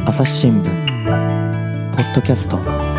朝日新聞ポッドキャスト。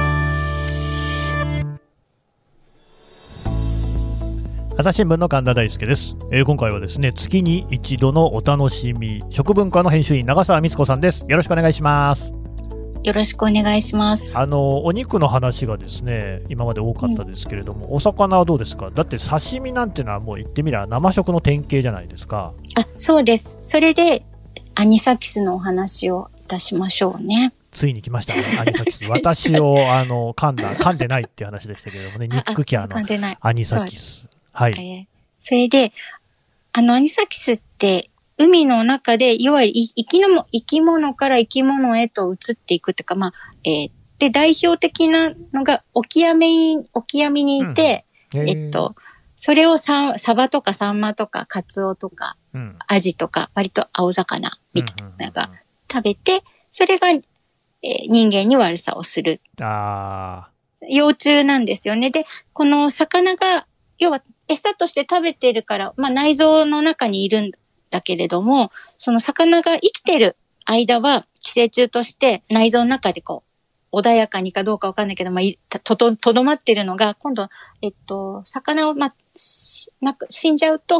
朝日新聞の神田大輔です。今回はですね、月に一度のお楽しみ、食文化の編集員長澤光子さんです。よろしくお願いします。 よろしくお願いします。 お肉の話がですね、今まで多かったですけれども、お魚はどうですか？だって刺身なんていうのはもう言ってみれば生食の典型じゃないですか。 そうです。それでアニサキスのお話をいたしましょうね。 ついに来ましたね、アニサキス。私を噛んでないっていう話でしたけれどもね、ニックキャーのアニサキス。はい。 それで、アニサキスって海の中で、いわゆる生き物から生き物へと移っていくっていうか、で、代表的なのがオキアミにいて、それをサバとかサンマとかカツオとか、アジとか、割と青魚みたいなのが食べて、それが、人間に悪さをする。幼虫なんですよね。で、この魚が、要は餌として食べてるから、内臓の中にいるんだけれども、その魚が生きてる間は寄生虫として内臓の中で穏やかにかどうかわかんないけど、とどまってるのが、今度、魚を、死んじゃうと、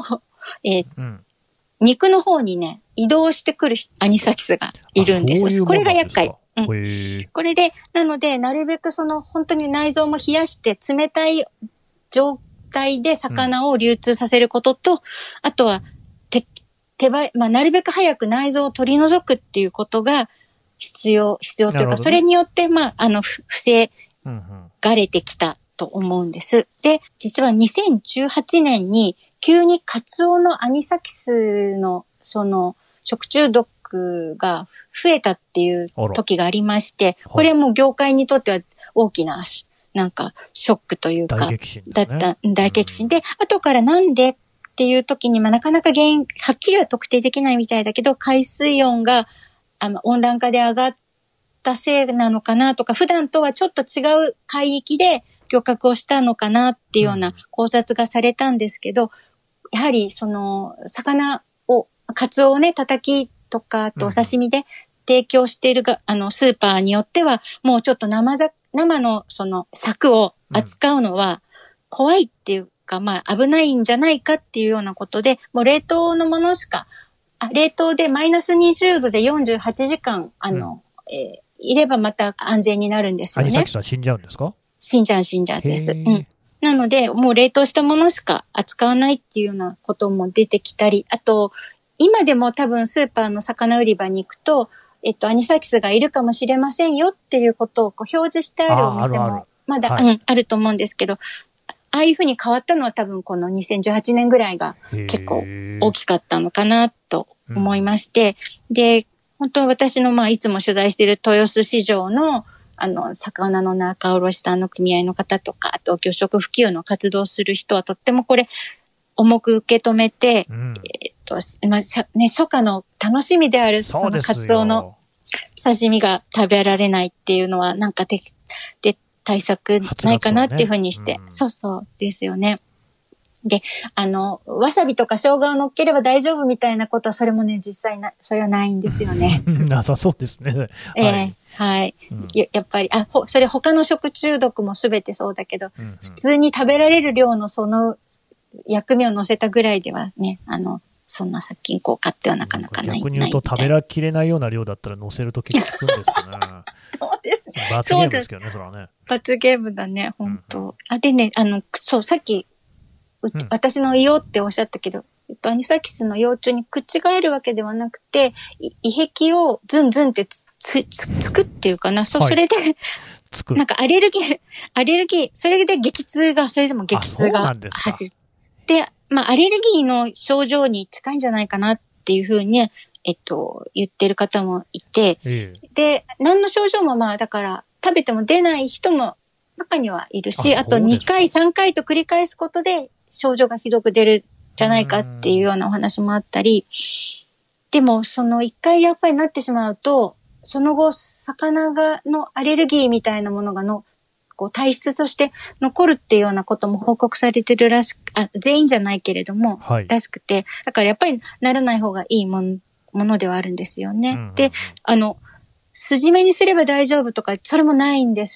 肉の方にね、移動してくるアニサキスがいるんですよ。これが厄介。これで、なので、なるべく本当に内臓も冷やして冷たい状態で魚を流通させることと、あとは、なるべく早く内臓を取り除くっていうことが必要というか、それによって、防がれてきたと思うんです。で、実は2018年に、急にカツオのアニサキスの食中毒が増えたっていう時がありまして、これも業界にとっては大きなショックというか、大激震で、後からなんでっていう時に、なかなか原因、はっきりは特定できないみたいだけど、海水温が温暖化で上がったせいなのかなとか、普段とはちょっと違う海域で漁獲をしたのかなっていうような考察がされたんですけど、やはり魚を、カツオをね、叩きとか、あとお刺身で提供しているスーパーによっては、もうちょっと生の柵を扱うのは怖いっていうか、危ないんじゃないかっていうようなことで、もう冷凍のものしか、冷凍でマイナス20度で48時間、いればまた安全になるんですよね。 アニサキスは死んじゃうんですか？ 死んじゃうです。なので、もう冷凍したものしか扱わないっていうようなことも出てきたり、あと、今でも多分スーパーの魚売り場に行くと、アニサキスがいるかもしれませんよっていうことを表示してあるお店もまだあると思うんですけど、ああいうふうに変わったのは多分この2018年ぐらいが結構大きかったのかなと思いまして、で、本当私のいつも取材している豊洲市場の魚の仲卸さんの組合の方とか、あと魚食普及の活動する人はとってもこれ重く受け止めて、初夏の楽しみであるそのカツオの刺身が食べられないっていうのはで対策ないかなっていうふうにして、そうですよね。で、わさびとか生姜を乗っければ大丈夫みたいなことは、それもね、実際それはないんですよね。 なさそうですね。 はい。やっぱり、それ他の食中毒もすべてそうだけど、普通に食べられる量のその薬味を乗せたぐらいではね、そんな殺菌効果ってはなかなかない。 逆に言うと食べらきれないような量だったら乗せるとき効くんですかね。 そうですね。 罰ゲームですけどね、それはね。 罰ゲームだね、本当。でね、さっき、私の胃をっておっしゃったけど、アニサキスの幼虫に口があるわけではなくて、胃壁をズンズンってつくっていうかな。それで、なんかアレルギー、それでそれでも激痛が走って、アレルギーの症状に近いんじゃないかなっていうふうに、言ってる方もいて、で、何の症状もだから食べても出ない人も中にはいるし、あと2回、3回と繰り返すことで症状がひどく出るんじゃないかっていうようなお話もあったり、でも1回やっぱりなってしまうと、その後、魚のアレルギーみたいなものが体質として残るっていうようなことも報告されてるらしく、全員じゃないけれども、らしくて、だからやっぱりならない方がいいものではあるんですよね。で、 筋目にすれば大丈夫とか、それもないんです。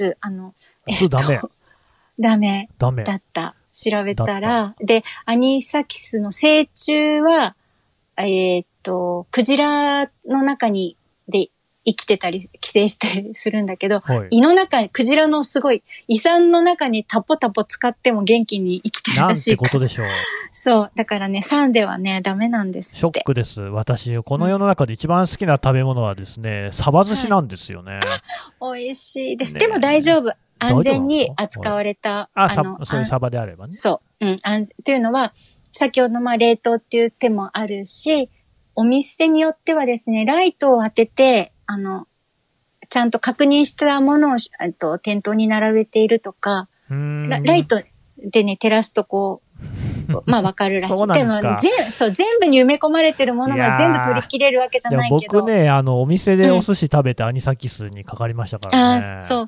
ダメだった。調べたら。で、アニサキスの成虫は、クジラの中で生きてたり、寄生したりするんだけど、はい、胃の中に、クジラのすごい、胃酸の中にタポタポ使っても元気に生きてるらしいから。 なんてことでしょう。 そう。だからね、酸ではね、ダメなんですって。 ショックです。私、この世の中で一番好きな食べ物はですね、サバ寿司なんですよね。 はい、美味しいです。でも大丈夫。安全に扱われた。 そういうサバであればね。 そう。っていうのは、先ほど冷凍っていう手もあるし、お店によってはですね、ライトを当てて、ちゃんと確認したものを、店頭に並べているとか、ライトでね、照らすとわかるらしい。 そうなんですか。 でも全部に埋め込まれてるものが全部取り切れるわけじゃないけど。 僕ね、お店でお寿司食べてアニサキスにかかりましたからね。 そう。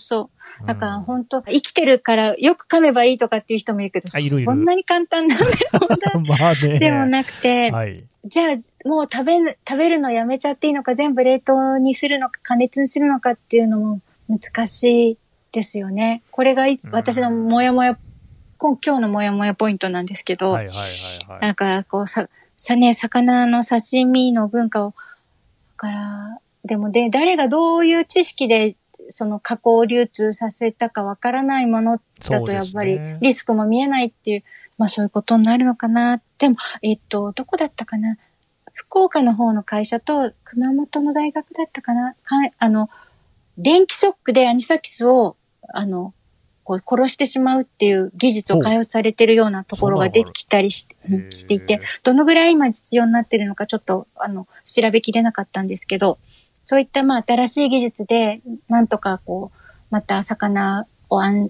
だから本当、生きてるからよく噛めばいいとかっていう人もいるけど、こんなに簡単なんだよ。でもなくて、はい、じゃあもう食べるのやめちゃっていいのか、全部冷凍にするのか、加熱にするのかっていうのも難しいですよね。これが私のもやもや今日のもやもやポイントなんですけど、なんか魚の刺身の文化を、でも誰がどういう知識でその加工流通させたかわからないものだとやっぱりリスクも見えないっていう、そういうことになるのかな。でも、どこだったかな。福岡の方の会社と熊本の大学だったかな。電気ショックでアニサキスを、殺してしまうっていう技術を開発されているようなところが出てきたりしていて、どのぐらい今実用になっているのかちょっと調べきれなかったんですけど、そういった新しい技術でなんとかまた魚を安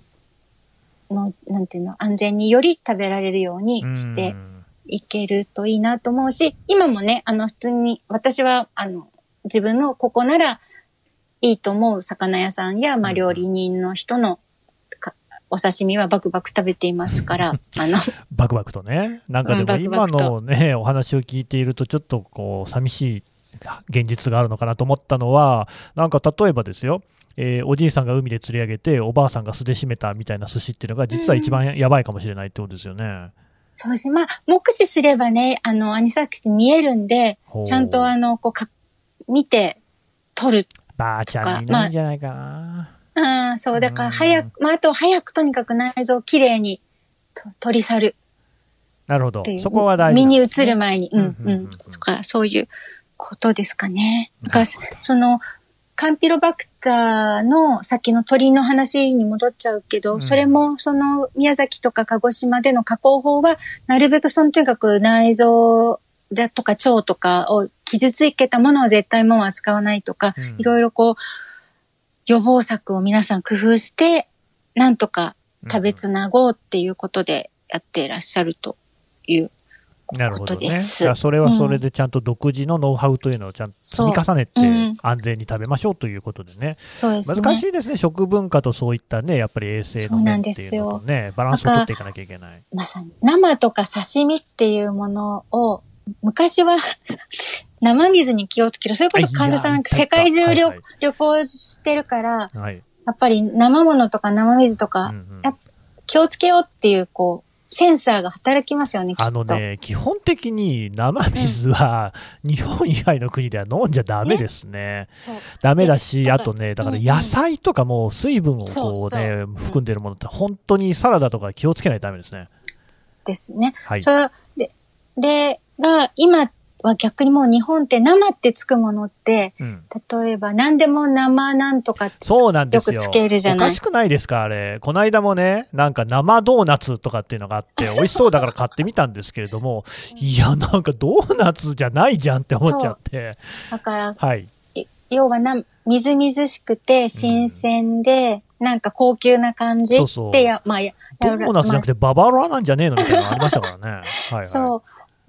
全により食べられるようにしていけるといいなと思うし、今もね普通に私は自分のここならいいと思う魚屋さんや料理人の人のお刺身はバクバク食べていますから、 バクバクとね。なんかでも今のね、お話を聞いていると、ちょっと寂しい現実があるのかなと思ったのは、なんか例えばですよ、おじいさんが海で釣り上げて、おばあさんが素で締めたみたいな寿司っていうのが、実は一番やばいかもしれないってことですよね。 そうですね。目視すればね、アニサキス見えるんで、ちゃんと見て、取る。 ばあちゃんにないんじゃないかな。 そう、だからあと早くとにかく内臓をきれいに取り去る。 なるほど。そこは大事、 身に移る前に。そういうことですかね。カンピロバクターの先の鳥の話に戻っちゃうけど、それも宮崎とか鹿児島での加工法は、なるべくとにかく内臓だとか腸とかを傷つけたものを絶対もう扱わないとか、いろいろ予防策を皆さん工夫して、なんとか食べつなごうっていうことでやっていらっしゃるということです。 なるほどね。それはそれでちゃんと独自のノウハウというのをちゃんと積み重ねて安全に食べましょうということでね。 そうですね。 難しいですね。食文化とそういったね、やっぱり衛生の面っていうのとね、バランスを取っていかなきゃいけない。 まさに生とか刺身っていうものを、昔は生水に気をつける。そういうこと患者さん世界中旅行してるから、やっぱり生物とか生水とか、気をつけようっていうセンサーが働きますよね、きっと。 基本的に生水は日本以外の国では飲んじゃダメですね。ダメだし、あとね、だから野菜とかも水分を含んでるものって本当にサラダとか気をつけないとダメですね。 ですね。それが今は逆にもう日本って生ってつくものって、例えば何でも生なんとかってそうなんですよ。 よくつけるじゃない。 おかしくないですかあれ。この間もね、なんか生ドーナツとかっていうのがあって美味しそうだから買ってみたんですけれども、いやなんかドーナツじゃないじゃんって思っちゃって。 だから、要はみずみずしくて新鮮で、なんか高級な感じで、 ドーナツじゃなくてババロアなんじゃねえのみたいなのありましたからね。 そう。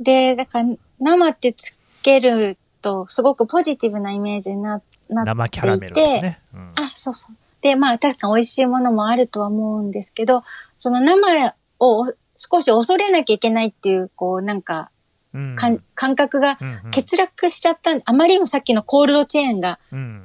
で、だから生ってつけるとすごくポジティブなイメージになっていて。 生キャラメルですね。 そうそう。で、確かに美味しいものもあるとは思うんですけど、その生を少し恐れなきゃいけないっていう、感覚が欠落しちゃった、あまりにもさっきのコールドチェーンが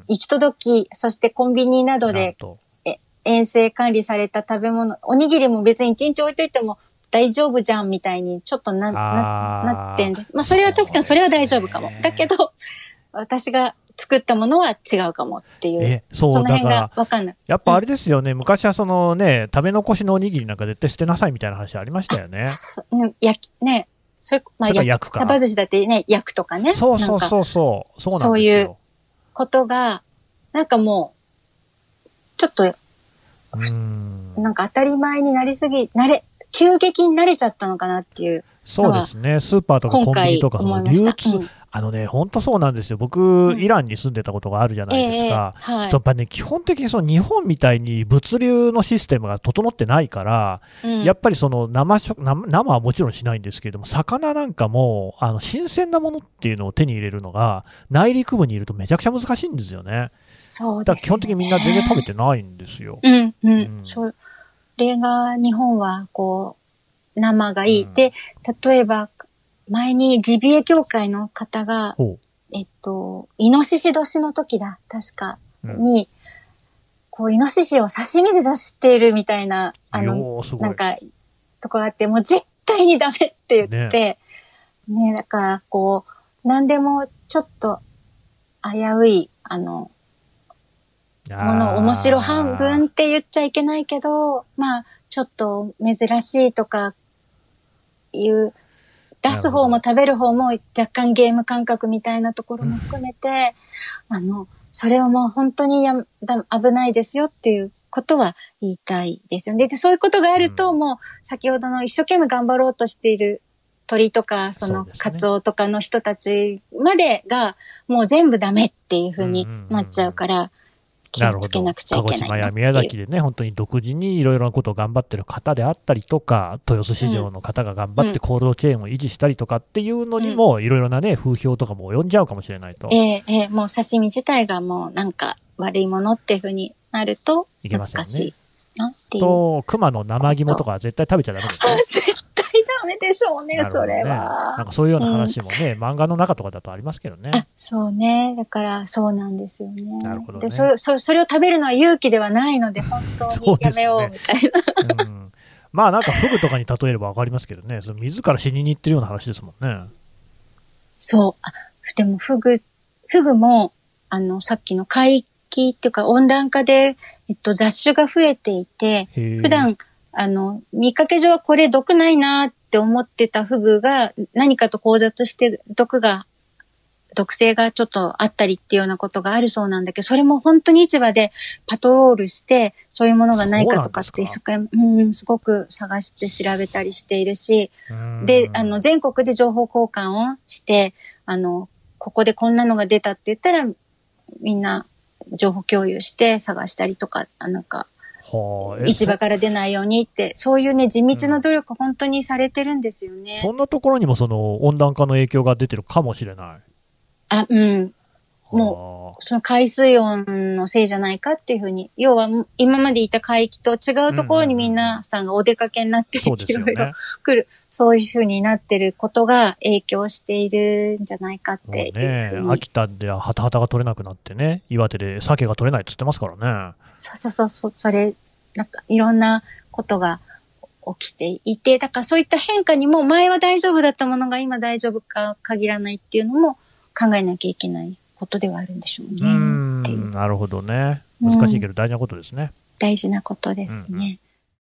行き届き、そしてコンビニなどで衛生管理された食べ物、おにぎりも別に1日置いといても大丈夫じゃんみたいにちょっとなってんで。まあそれは確かにそれは大丈夫かも。だけど、私が作ったものは違うかもっていう、その辺が分かんない。 やっぱあれですよね、昔はそのね、食べ残しのおにぎりなんか絶対捨てなさいみたいな話ありましたよね。 ね、それ、まあ、サバ寿司だってね、焼くとかね。 そうそうそうそう。そうなんですよ。 そういうことが、なんかもう、ちょっと、なんか当たり前になりすぎ、急激に慣れちゃったのかなっていう。 そうですね。スーパーとかコンビニとかの流通、本当そうなんですよ。僕、イランに住んでたことがあるじゃないですか。やっぱね、基本的にその日本みたいに物流のシステムが整ってないから、やっぱりその生はもちろんしないんですけれども、魚なんかも、新鮮なものっていうのを手に入れるのが、内陸部にいるとめちゃくちゃ難しいんですよね。 そうですね。 だから基本的にみんな全然食べてないんですよ。 それが日本はこう、生がいい。で、例えば、前にジビエ協会の方が、イノシシ年の時だ、確かに、こう、イノシシを刺身で出しているみたいな、なんか、とこがあって、もう絶対にダメって言って、ね、だから、こう、何でもちょっと危うい、ものを面白半分って言っちゃいけないけど、まあ、ちょっと珍しいとか出す方も食べる方も若干ゲーム感覚みたいなところも含めて、それをもう本当に危ないですよっていうことは言いたいですよね。で、そういうことがあると、もう先ほどの一生懸命頑張ろうとしている鳥とか、そのカツオとかの人たちまでがもう全部ダメっていう風になっちゃうから、気をつけなくちゃいけないなっていう。 鹿児島や宮崎でね、本当に独自にいろいろなことを頑張ってる方であったりとか、豊洲市場の方が頑張ってコールドチェーンを維持したりとかっていうのにも、いろいろなね、風評とかも及んじゃうかもしれないと。 もう刺身自体がもうなんか悪いものっていう風になると難しいなっていう。 そう、熊の生肝とか絶対食べちゃダメですね。 絶対ダメでしょうね、それは。 なんかそういうような話もね、漫画の中とかだとありますけどね。 そうね。だからそうなんですよね。 なるほどね。 で、それを食べるのは勇気ではないので、本当にやめようみたいな。 まあなんかフグとかに例えればわかりますけどね、自ら死にに行ってるような話ですもんね。 そう。でもフグも、さっきの海域っていうか温暖化で、雑種が増えていて、普段、見かけ上はこれ毒ないなって思ってたフグが何かと交雑して毒性がちょっとあったりっていうようなことがあるそうなんだけど、それも本当に市場でパトロールして、そういうものがないかとかってすごく探して調べたりしているし、で、全国で情報交換をして、ここでこんなのが出たって言ったら、みんな情報共有して探したりとか、なんか、市場から出ないようにって、そういうね、地道な努力本当にされてるんですよね。 そんなところにもその温暖化の影響が出てるかもしれない。 もう、その海水温のせいじゃないかっていうふうに、要は今までいた海域と違うところに皆さんがお出かけになっていろいろ来る、そういうふうになってることが影響しているんじゃないかっていうふうに。 秋田ではハタハタが取れなくなってね、岩手で鮭が取れないって言ってますからね。 それ、なんかいろんなことが起きていて、だからそういった変化にも前は大丈夫だったものが今大丈夫か限らないっていうのも考えなきゃいけないことではあるんでしょうね。 なるほどね。難しいけど大事なことですね。 大事なことですね。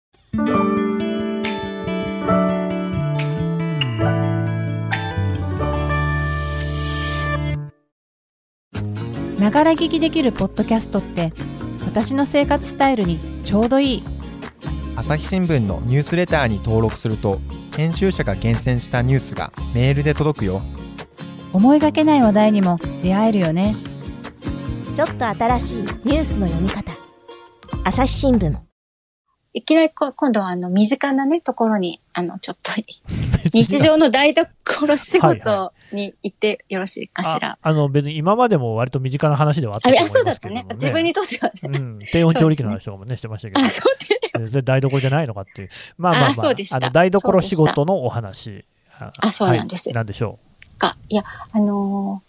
ながら聞きできるポッドキャストって私の生活スタイルにちょうどいい。 朝日新聞のニュースレターに登録すると編集者が厳選したニュースがメールで届くよ。 思いがけない話題にも出会えるよね。 ちょっと新しいニュースの読み方。朝日新聞。 いきなり今度は身近なねところにちょっと日常の台所仕事に行ってよろしいかしら。 別に今までも割と身近な話ではあったと思いますけどもね。 そうだったね。自分にとってはね。 低温調理器の話とかもねしてましたけど。それ台所じゃないのかっていう。まあ台所仕事のお話。 そうなんです。 なんでしょう。いや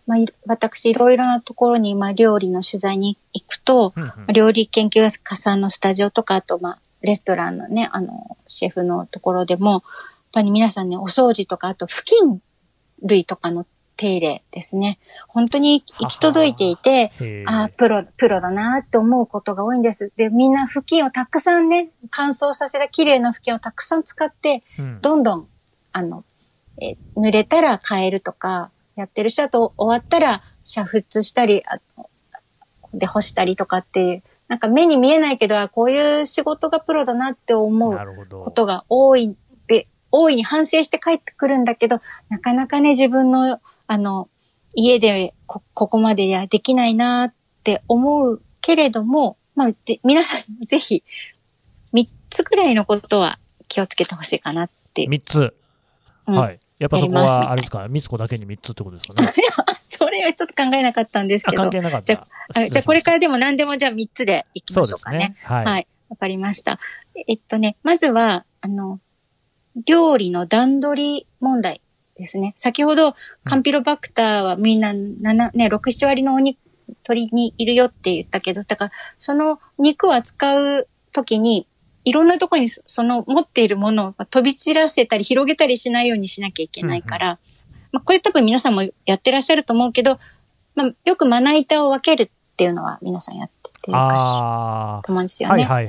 私いろいろなところに、料理の取材に行くと、料理研究家さんのスタジオとか、あと、レストランのね、シェフのところでも、やっぱり皆さんね、お掃除とか、あと、布巾類とかの手入れですね。本当に行き届いていて、プロだなって思うことが多いんです。で、みんな布巾をたくさんね、乾燥させた綺麗な布巾をたくさん使って、どんどん、濡れたら変えるとか、やってる人だと終わったら煮沸したり、で干したりとかっていう、なんか目に見えないけど、こういう仕事がプロだなって思うことが多いに反省して帰ってくるんだけど、なかなかね、自分の、家でここまでできないなって思うけれども、皆さんぜひ、3つくらいのことは気をつけてほしいかなっていう。 3つ。はい。やっぱそこは、あれですか、みつこだけに3つってことですかね。 それはちょっと考えなかったんですけど。 関係なかった。 じゃあこれからでも何でもじゃあ3つでいきましょうかね。 そうですね。はい。 わかりました。まずは、料理の段取り問題ですね。先ほど、カンピロバクターはみんな6、7割の鶏にいるよって言ったけど、だから、その肉を扱うときに、いろんなところにその持っているものを飛び散らせたり広げたりしないようにしなきゃいけないから、これ多分皆さんもやってらっしゃると思うけど、よくまな板を分けるっていうのは皆さんやってるかしと思うんですよね。 はい。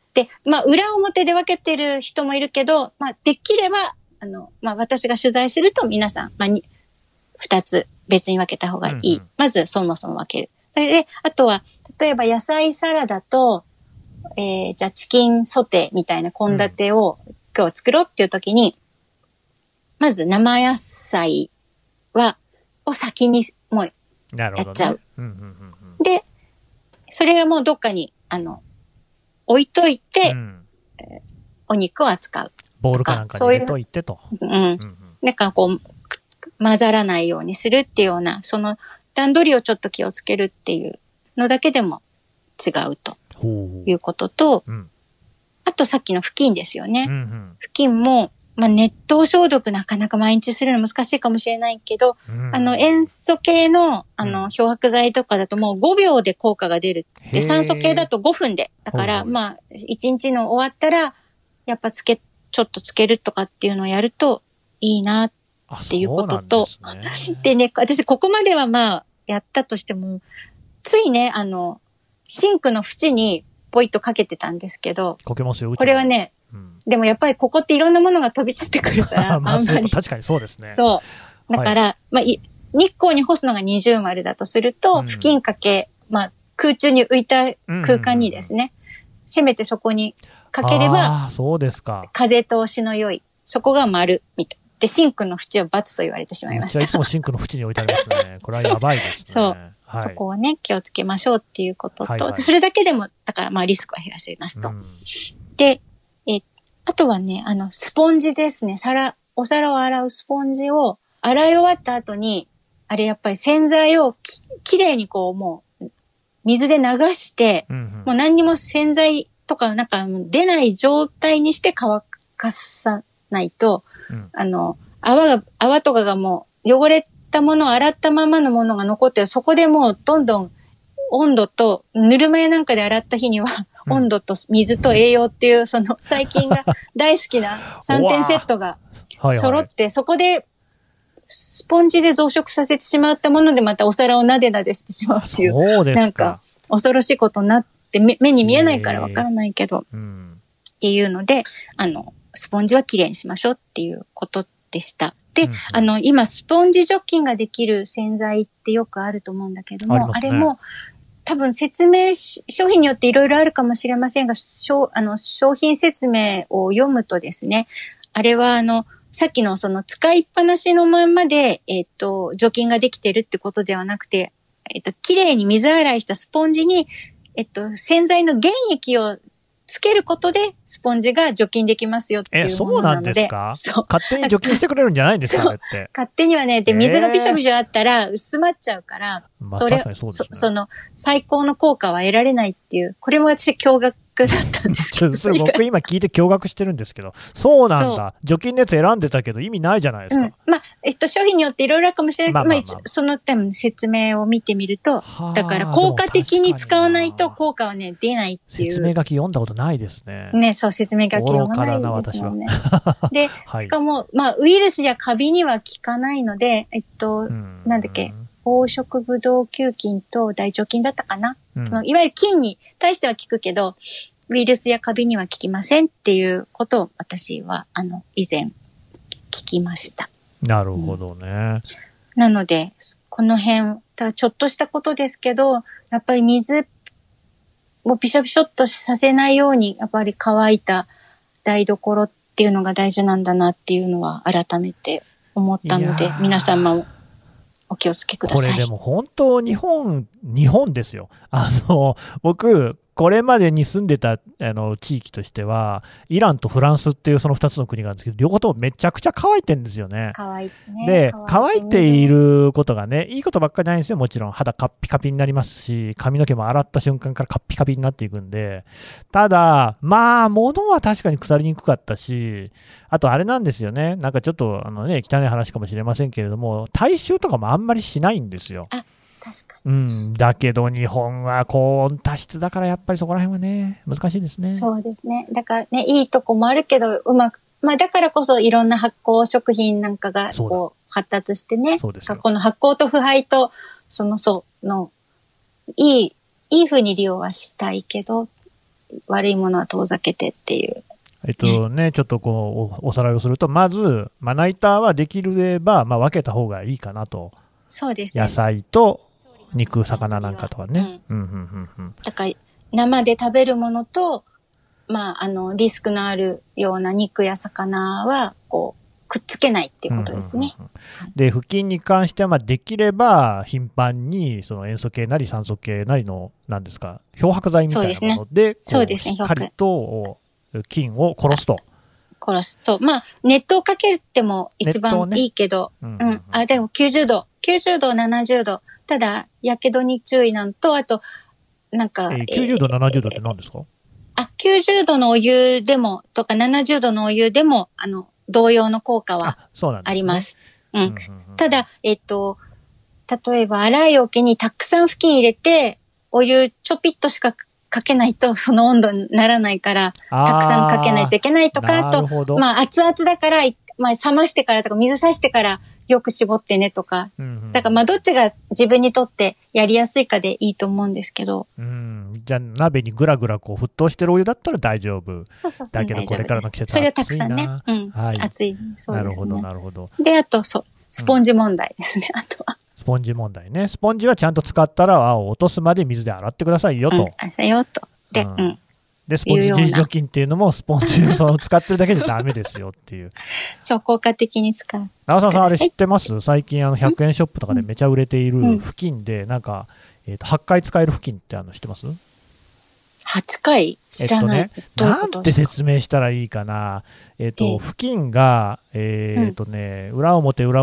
で、裏表で分けてる人もいるけど、できれば、私が取材すると皆さん、2つ別に分けた方がいい。まずそもそも分ける。で、あとは、例えば野菜サラダと、じゃあチキンソテーみたいな献立を今日作ろうっていう時に、まず生野菜を先にもうやっちゃう。で、それがもうどっかに、置いといて、お肉を扱う。 ボウルかなんかに入れといてと。 なんかこう、混ざらないようにするっていうような、その段取りをちょっと気をつけるっていうのだけでも違うということと、あとさっきの布巾ですよね。布巾も、熱湯消毒なかなか毎日するの難しいかもしれないけど、塩素系の、漂白剤とかだともう5秒で効果が出る。で、酸素系だと5分で。だから、1日の終わったら、やっぱちょっとつけるとかっていうのをやるといいなっていうことと、でね、私ここまではやったとしても、ついね、シンクの縁にポイッとかけてたんですけど、 かけますよ、 これはね、でもやっぱりここっていろんなものが飛び散ってくるから、あんまり。 確かにそうですね。 そう。だから、日光に干すのが二重丸だとすると、布巾かけ、空中に浮いた空間にですね、せめてそこにかければ、 そうですか。 風通しの良い、そこが丸、みたい。で、シンクの縁は×と言われてしまいました。 いつもシンクの縁に置いてありますね。これはやばいですね。 そう。そこをね、気をつけましょうっていうことと、それだけでも、だからリスクは減らせますと。で、あとはね、スポンジですね。お皿を洗うスポンジを洗い終わった後に、あれやっぱり洗剤をきれいにこうもう水で流して、もう何にも洗剤とかなんか出ない状態にして乾かさないと、泡とかがもう汚れたものを洗ったままのものが残って、そこでもうどんどん温度と、ぬるま湯なんかで洗った日には、温度と水と栄養っていう、その細菌が大好きな3点セットが揃って、そこでスポンジで増殖させてしまったものでまたお皿をなでなでしてしまうっていう、なんか恐ろしいことになって、目に見えないからわからないけど、っていうので、スポンジはきれいにしましょうっていうことでした。で、今スポンジ除菌ができる洗剤ってよくあると思うんだけども、あれも、多分説明商品によっていろいろあるかもしれませんが、商品説明を読むとですね、あれはさっきのその使いっぱなしのまんまで、除菌ができてるってことではなくて、きれいに水洗いしたスポンジに、洗剤の原液をつけることでスポンジが除菌できますよっていうものなので。 そうなんですか？勝手に除菌してくれるんじゃないんですか？って。 勝手にはね、で、水がびしょびしょあったら薄まっちゃうから、その最高の効果は得られないっていう、これも私驚愕クだったんですけど。 それ僕今聞いて驚愕してるんですけど、そうなんだ。除菌のやつ選んでたけど意味ないじゃないですか。 まあ、商品によっていろいろかもしれないけど、その多分説明を見てみると、だから効果的に使わないと効果はね、出ないっていう。 説明書き読んだことないですね。 ね、そう、説明書き読まないですもんね。で、しかも、まあ、ウイルスやカビには効かないので、なんだっけ、黄色ブドウ球菌と大腸菌だったかな、そのいわゆる菌に対しては効くけど、ウイルスやカビには効きませんっていうことを私は、以前聞きました。 なるほどね。 なので、この辺、ちょっとしたことですけど、やっぱり水をビショビショっとさせないように、やっぱり乾いた台所っていうのが大事なんだなっていうのは改めて思ったので、皆様もお気をつけください。 これでも本当日本ですよ。僕、これまでに住んでた地域としては、イランとフランスっていうその2つの国があるんですけど、両方ともめちゃくちゃ乾いてるんですよね。で、乾いていることがね、いいことばっかりないんですよ。もちろん肌カッピカピになりますし、髪の毛も洗った瞬間からカッピカピになっていくんで、ただ、まあ、物は確かに腐りにくかったし、あとあれなんですよね。なんかちょっと汚い話かもしれませんけれども、体臭とかもあんまりしないんですよ。 確かに。 だけど日本は高温多湿だからやっぱりそこら辺はね、難しいですね。 そうですね。だからね、いいとこもあるけど、うまく、まあだからこそいろんな発酵食品なんかがこう発達してね、この発酵と腐敗と、いい風に利用はしたいけど、悪いものは遠ざけてっていう。 ちょっとこう、おさらいをすると、まず、まな板はできれば、まあ分けた方がいいかなと。 そうですね。 野菜と、肉、魚なんかとはね。 だから、生で食べるものと、まあ、リスクのあるような肉や魚は、こう、くっつけないっていうことですね。 で、布巾に関しては、まあ、できれば、頻繁に、その塩素系なり酸素系なりの、なんですか、漂白剤みたいなもので、 そうですね。 しっかりと、菌を殺すと。 そう。まあ、熱湯かけても一番いいけど、でも90度、70度。ただ、やけどに注意なんと、あと、なんか。 90度、70度って何ですか ？90度のお湯でも、とか70度のお湯でも、同様の効果はあります。ただ、例えば、洗い桶にたくさん布巾入れて、お湯ちょぴっとしかかけないと、その温度にならないから、たくさんかけないといけないとか、あと、まあ、熱々だから、まあ、冷ましてからとか、水差してから、よく絞ってねとか。だからまあどっちが自分にとってやりやすいかでいいと思うんですけど。 じゃあ鍋にぐらぐらこう沸騰してるお湯だったら大丈夫。 そう。 だけどこれからの季節は暑いな。それをたくさんね。暑い。そうですね。 なるほど。 で、あとスポンジ問題ですね。あとは。 スポンジ問題ね。スポンジはちゃんと使ったら泡を落とすまで水で洗ってくださいよと。 で、スポンジ除菌っていうのも、スポンジを使ってるだけじゃダメですよっていう。 そう、効果的に使う。 長澤さん、あれ知ってます？最近100円ショップとかでめちゃ売れている布巾で、なんか、8回使える布巾って知ってます ？8回知らない。 なんて説明したらいいかな。布巾が、裏表で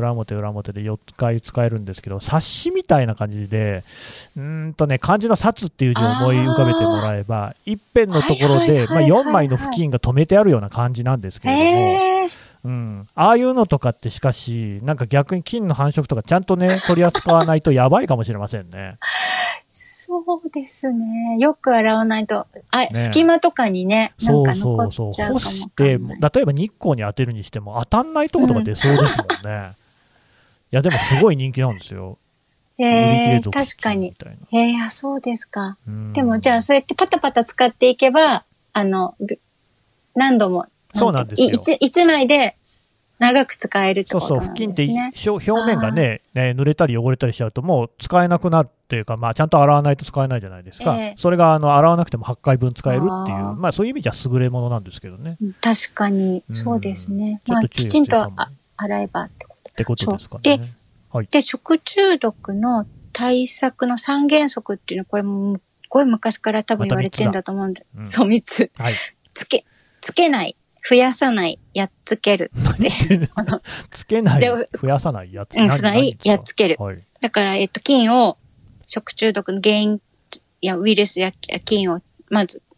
4回使えるんですけど、冊子みたいな感じで、漢字の冊っていう字を思い浮かべてもらえば、一辺のところで、まあ4枚の布巾が留めてあるような感じなんですけれども、ああいうのとかってしかし、なんか逆に菌の繁殖とかちゃんとね、取り扱わないとやばいかもしれませんね。 そうですね。よく洗わないと、隙間とかにね、なんか残っちゃうかも。 干して、例えば日光に当てるにしても当たんないとことか出そうですもんね。いや、でもすごい人気なんですよ。 確かに。そうですか。でもじゃあそうやってパタパタ使っていけば、何度も、 そうなんですよ。 1枚で長く使えるってことなんですね。 布巾って表面がね、濡れたり汚れたりしちゃうともう使えなくなるっていうか、まあちゃんと洗わないと使えないじゃないですか。それが洗わなくても8回分使えるっていう、まあそういう意味じゃ優れものなんですけどね。 確かに、そうですね。まあきちんと洗えばってことですかね。 で、食中毒の対策の3原則っていうのは、これもすごい昔から多分言われてんだと思うんで、そう3つ。つけない。増やさない、やっつける。 つけない、増やさない、やっつける。 やっつける。だから、菌を、食中毒の原因やウイルスや菌を、まず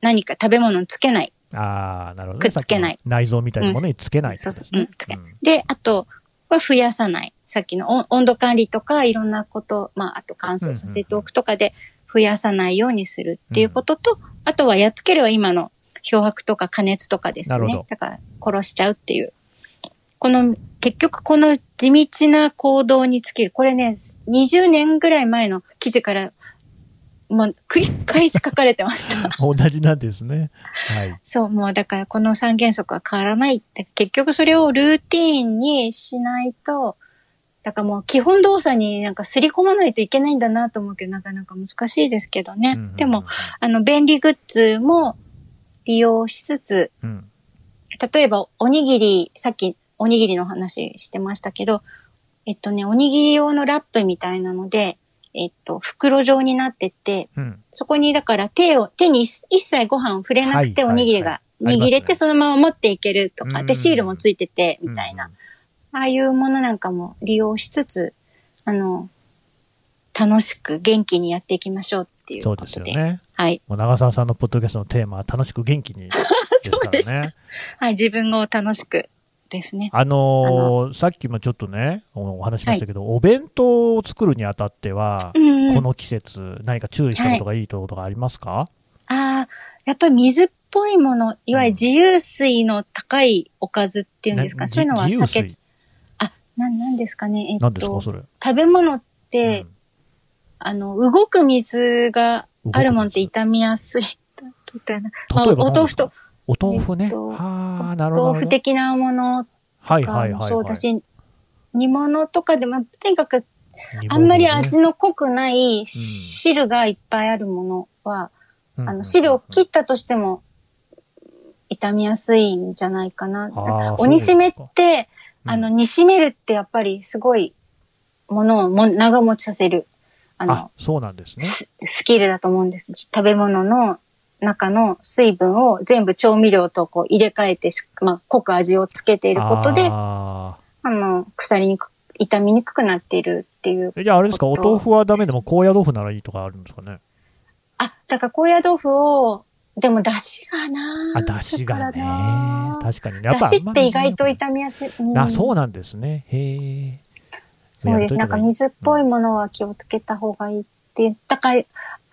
何か食べ物につけない。 なるほど、ね。 くっつけない。 内臓みたいなものにつけない、ね。 そうそう。で、あとは増やさない。さっきの温度管理とかいろんなこと、あと乾燥させておくとかで増やさないようにするっていうことと、あとはやっつけるは今の漂白とか加熱とかですね。だから殺しちゃうっていう。結局この地道な行動に尽きる。これね、20年ぐらい前の記事から、もう繰り返し書かれてました。 同じなんですね。はい。 そう、もうだからこの3原則は変わらないって、結局それをルーティーンにしないと、だからもう基本動作になんか刷り込まないといけないんだなと思うけど、なかなか難しいですけどね。でも、便利グッズも利用しつつ、例えばおにぎり、さっきおにぎりの話してましたけど、おにぎり用のラップみたいなので、袋状になってて、そこにだから手に一切ご飯を触れなくておにぎりが握れてそのまま持っていけるとか、で、シールもついてて、みたいな。ああいうものなんかも利用しつつ、楽しく元気にやっていきましょうっていうことで。 そうですよね。 はい。 もう長澤さんのポッドキャストのテーマは楽しく元気にですからね。 そうです。はい、自分を楽しくですね。 さっきもちょっとね、お話しましたけど、お弁当を作るにあたっては、この季節、何か注意したことがいいことがありますか？ やっぱり水っぽいもの、いわゆる自由水の高いおかずっていうんですか、そういうのは避け、何ですかね、 何ですかそれ。 食べ物って、動く水があるもんって傷みやすい。みたいな。お豆腐と。 お豆腐ね。なるほど。 豆腐的なものとかもそうだし、煮物とかでも、とにかく、あんまり味の濃くない汁がいっぱいあるものは、汁を切ったとしても、傷みやすいんじゃないかな。お煮しめって、煮しめるってやっぱりすごいものを長持ちさせる。 そうなんですね。 スキルだと思うんです。食べ物の中の水分を全部調味料とこう入れ替えて、濃く味をつけていることで、腐りにくく、傷みにくくなっているっていう。 じゃああれですか、お豆腐はダメでも高野豆腐ならいいとかあるんですかね。 だから高野豆腐を、でも出汁がな出汁がね。確かにね。 出汁って意外と傷みやすい。 そうなんですね。へえ。 そうです。なんか水っぽいものは気をつけた方がいいっていう。だから、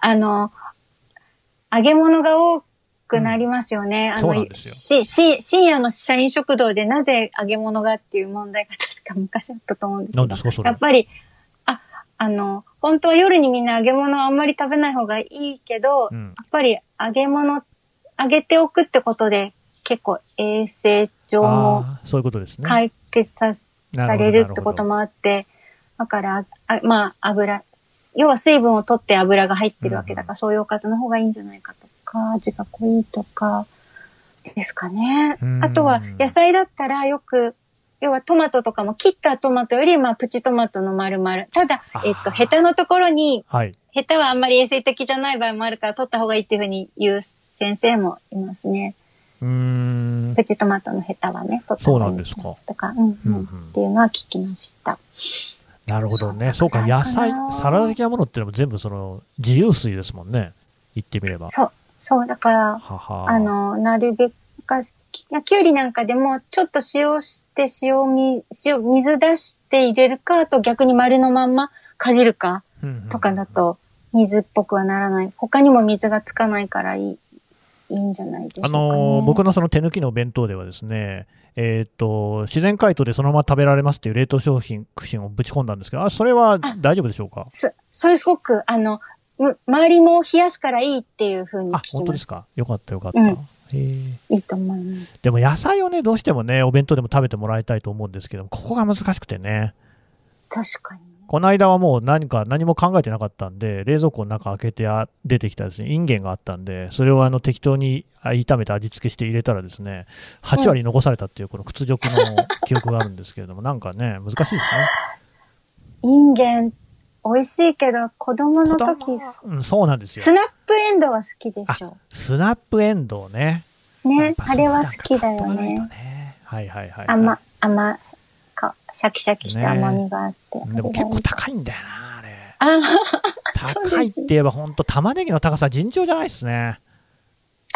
揚げ物が多くなりますよね。 そうなんですよ。 深夜の社員食堂でなぜ揚げ物がっていう問題が確か昔あったと思うんですけど。 何ですかそれ。 やっぱり、本当は夜にみんな揚げ物あんまり食べない方がいいけど、やっぱり揚げておくってことで結構衛生上も解決されるってこともあって、だから、油、要は水分を取って油が入ってるわけだから、そういうおかずの方がいいんじゃないかとか、味が濃いとか、ですかね。あとは、野菜だったらよく、要はトマトとかも切ったトマトより、プチトマトの丸々。ただ、ヘタのところに、ヘタはあんまり衛生的じゃない場合もあるから取った方がいいっていうふうに言う先生もいますね。プチトマトのヘタはね、取った方がいい。そうなんですか。とか、っていうのは聞きました。 なるほどね。そうか、野菜、サラダ的なものっていうのも全部自由水ですもんね。言ってみれば。 そう、だから、なるべく、きゅうりなんかでも、ちょっと塩して、水出して入れるか、あと逆に丸のまんまかじるか、とかだと、水っぽくはならない。他にも水がつかないからいいんじゃないでしょうかね。 僕のその手抜きの弁当ではですね、自然解凍でそのまま食べられますっていう冷凍商品をぶち込んだんですけど、それは大丈夫でしょうか？ それすごく、周りも冷やすからいいっていうふうに聞きます。 本当ですか？よかったよかった。 いいと思います。 でも野菜をね、どうしてもね、お弁当でも食べてもらいたいと思うんですけど、ここが難しくてね。 確かに。 この間はもう何も考えてなかったんで、冷蔵庫の中開けて出てきたですね、インゲンがあったんで、それを適当に炒めて味付けして入れたらですね、8割残されたっていうこの屈辱の記憶があるんですけれども、なんかね、難しいですね。 インゲン、美味しいけど、子供の時、 そうなんですよ。 スナップエンドウは好きでしょ。 スナップエンドウね。 ね、あれは好きだよね。 はいはいはい。 シャキシャキして甘みがあって。 でも結構高いんだよな、あれ。高いって言えば本当玉ねぎの高さ尋常じゃないですね。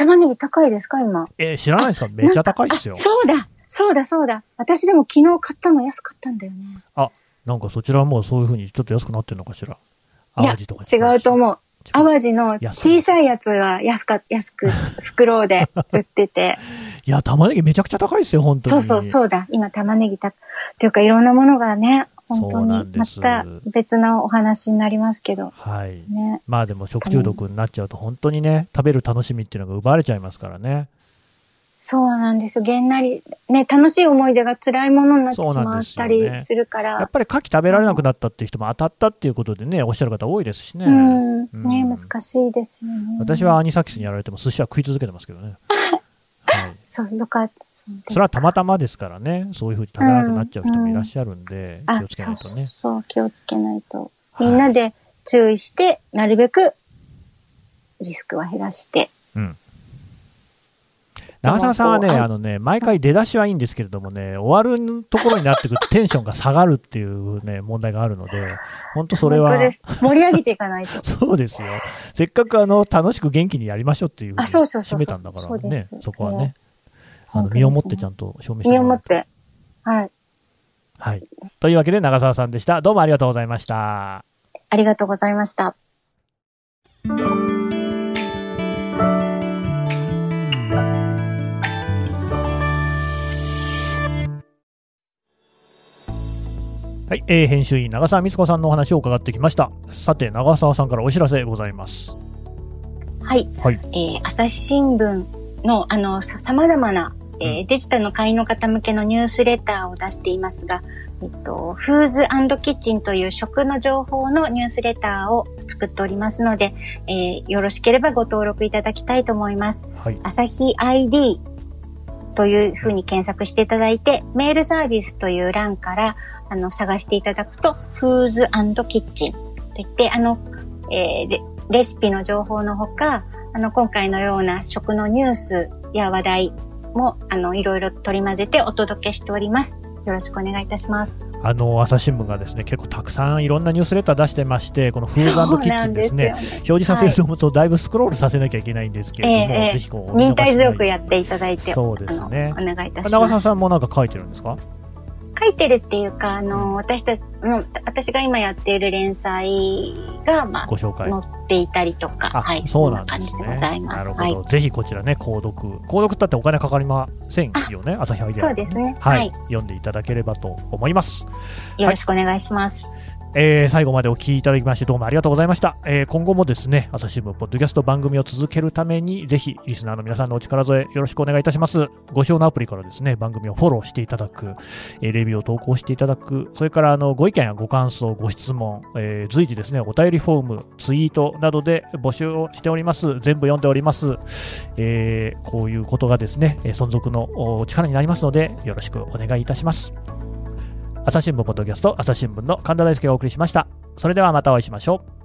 玉ねぎ高いですか今？ 知らないですか？めっちゃ高いですよ。 そうだ。私でも昨日買ったの安かったんだよね。 なんかそちらはもうそういう風にちょっと安くなってるのかしら。淡路とか違うと思う。淡路の小さいやつが安く袋で売ってて。 いや、玉ねぎめちゃくちゃ高いですよ、本当に。 そうだ。今玉ねぎっていうかいろんなものがね、本当にまた別なお話になりますけど。 はい。 ね、 まあでも食中毒になっちゃうと本当にね、食べる楽しみっていうのが奪われちゃいますからね。そうなんですよ。げんなり、ね、楽しい思い出が辛いものになってしまったりするから。 やっぱり牡蠣食べられなくなったっていう人も当たったっていうことでね、おっしゃる方多いですしね。 ね、難しいですよね。 私はアニサキスにやられても寿司は食い続けてますけどね。はい、 そう、よかった。それはたまたまですからね、そういうふうに食べなくなっちゃう人もいらっしゃるんで、気をつけないとね。 そう、気をつけないと。みんなで注意して、なるべくリスクは減らして。 長澤さんはね、毎回出だしはいいんですけれどもね、終わるところになってくるとテンションが下がるっていうね、問題があるので、本当それは。 そうです。盛り上げていかないと。 そうですよ。せっかく楽しく元気にやりましょうっていうふうに締めたんだからね、そこはね、身をもってちゃんと証明してもらう。 身をもって。はい。 はい。というわけで長澤さんでした。どうもありがとうございました。 ありがとうございました。 はい、編集員長澤光子さんのお話を伺ってきました。さて、長澤さんからお知らせございます。 はい、朝日新聞の様々な、デジタルの会員の方向けのニュースレターを出していますが、フーズ&キッチンという食の情報のニュースレターを作っておりますので、よろしければご登録いただきたいと思います。はい、朝日 ID というふうに検索していただいて、メールサービスという欄から探していただくと、フーズ&キッチンといって、レシピの情報のほか、今回のような食のニュースや話題も、いろいろ取り混ぜてお届けしております。よろしくお願いいたします。 朝日新聞がですね、結構たくさんいろんなニュースレター出してまして、このフーズ&キッチンですね、表示させると思うとだいぶスクロールさせなきゃいけないんですけれども、ぜひ忍耐強くやっていただいて、 そうですね。 お願いいたします。 長澤さんもなんか書いてるんですか？ 書いてるっていうか、私が今やっている連載が、ご紹介載っていたりとか、はい、 そうなんですね。 そんな感じでございます。 なるほど。ぜひこちらね、購読だってお金かかりませんよね、朝日アイデア。 そうですね。 はい。読んでいただければと思います。 よろしくお願いします。 最後までお聞きいただきましてどうもありがとうございました。今後もですね、朝日新聞ポッドキャスト番組を続けるために、ぜひリスナーの皆さんのお力添えよろしくお願いいたします。ご使用のアプリからですね、番組をフォローしていただく、レビューを投稿していただく、それからご意見やご感想、ご質問、随時ですね、お便りフォーム、ツイートなどで募集をしております。全部読んでおります。こういうことがですね、存続の力になりますので、よろしくお願いいたします。朝日新聞ポッドキャスト、朝日新聞の神田大輔がお送りしました。それではまたお会いしましょう。